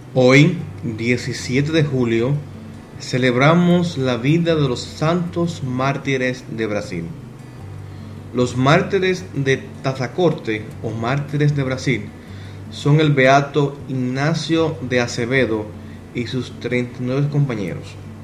Hoy, 17 de julio, celebramos la vida de los santos mártires de Brasil. Los mártires de Tazacorte o mártires de Brasil son el beato Ignacio de Acevedo y sus 39 compañeros,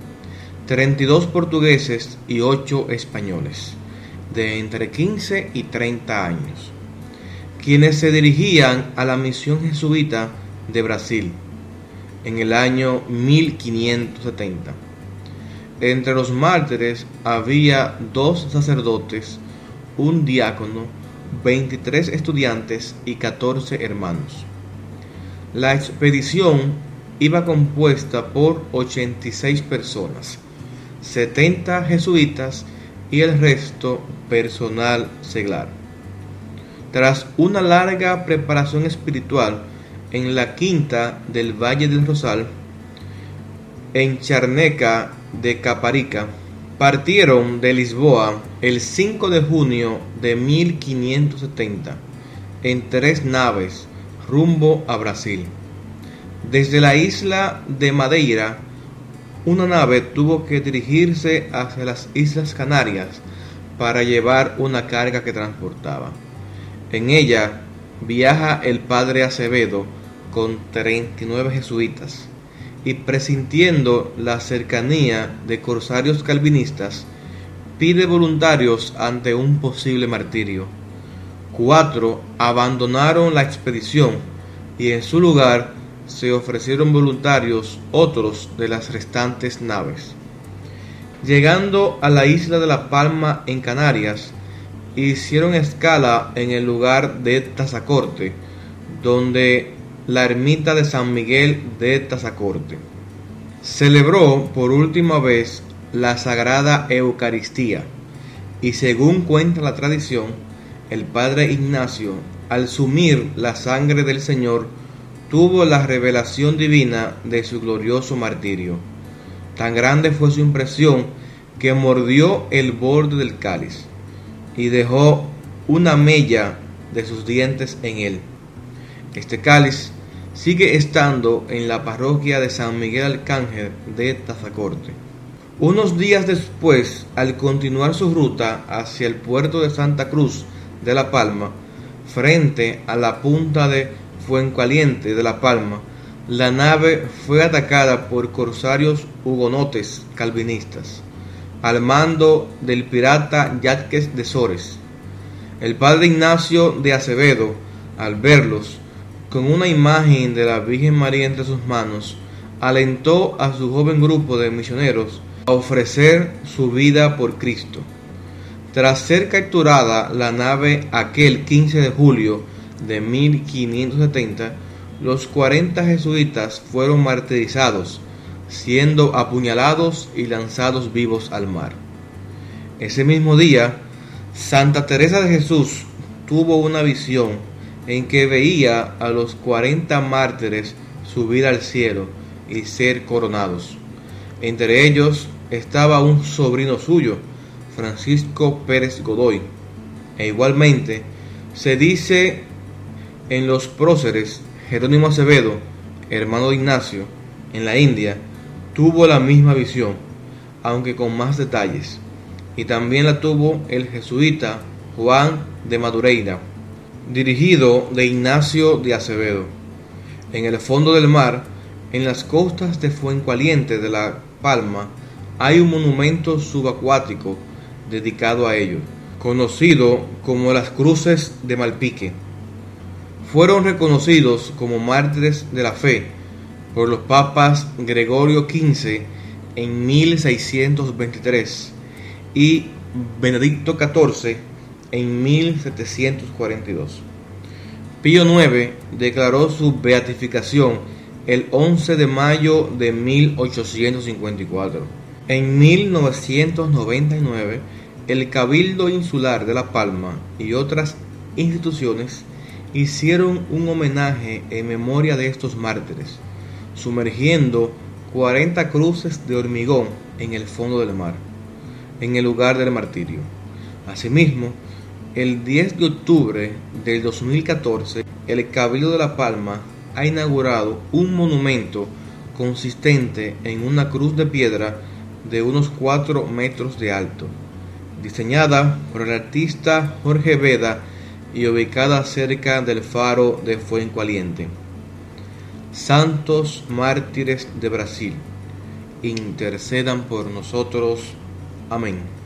32 portugueses y 8 españoles, de entre 15 y 30 años, quienes se dirigían a la misión jesuita de Brasil en el año 1570. Entre los mártires había 2 sacerdotes, un diácono, 23 estudiantes y 14 hermanos. La expedición iba compuesta por 86 personas, 70 jesuitas y el resto personal seglar. Tras una larga preparación espiritual en la quinta del Valle del Rosal, en Charneca de Caparica, partieron de Lisboa el 5 de junio de 1570 en 3 naves rumbo a Brasil. Desde la isla de Madeira, una nave tuvo que dirigirse hacia las Islas Canarias para llevar una carga que transportaba. En ella viaja el padre Acevedo con 39 jesuitas y, presintiendo la cercanía de corsarios calvinistas, pide voluntarios ante un posible martirio. 4 abandonaron la expedición y en su lugar se ofrecieron voluntarios otros de las restantes naves. Llegando a la isla de La Palma en Canarias, hicieron escala en el lugar de Tazacorte, donde la ermita de San Miguel de Tazacorte celebró por última vez la Sagrada Eucaristía, y según cuenta la tradición, el padre Ignacio, al sumir la sangre del Señor, tuvo la revelación divina de su glorioso martirio. Tan grande fue su impresión que mordió el borde del cáliz y dejó una mella de sus dientes en él. Este cáliz sigue estando en la parroquia de San Miguel Arcángel de Tazacorte. Unos días después, al continuar su ruta hacia el puerto de Santa Cruz de La Palma, frente a la punta de Fuencaliente de La Palma, la nave fue atacada por corsarios hugonotes calvinistas, al mando del pirata Jacques de Sores. El padre Ignacio de Acevedo, al verlos, con una imagen de la Virgen María entre sus manos, alentó a su joven grupo de misioneros a ofrecer su vida por Cristo. Tras ser capturada la nave aquel 15 de julio de 1570, los 40 jesuitas fueron martirizados, siendo apuñalados y lanzados vivos al mar. Ese mismo día, Santa Teresa de Jesús tuvo una visión en que veía a los 40 mártires subir al cielo y ser coronados. Entre ellos estaba un sobrino suyo, Francisco Pérez Godoy, e igualmente se dice en los próceres Jerónimo Acevedo, hermano de Ignacio, en la India, tuvo la misma visión, aunque con más detalles, y también la tuvo el jesuita Juan de Madureira, dirigido de Ignacio de Acevedo. En el fondo del mar, en las costas de Fuencaliente de La Palma, hay un monumento subacuático dedicado a ellos, conocido como las Cruces de Malpique. Fueron reconocidos como mártires de la fe por los papas Gregorio XV en 1623 y Benedicto XIV en 1742. Pío IX declaró su beatificación el 11 de mayo de 1854. En 1999, el Cabildo Insular de La Palma y otras instituciones hicieron un homenaje en memoria de estos mártires, sumergiendo 40 cruces de hormigón en el fondo del mar, en el lugar del martirio. Asimismo, el 10 de octubre del 2014, el Cabildo de La Palma ha inaugurado un monumento consistente en una cruz de piedra de unos 4 metros de alto, diseñada por el artista Jorge Veda y ubicada cerca del faro de Fuencaliente. Santos mártires de Brasil, intercedan por nosotros. Amén.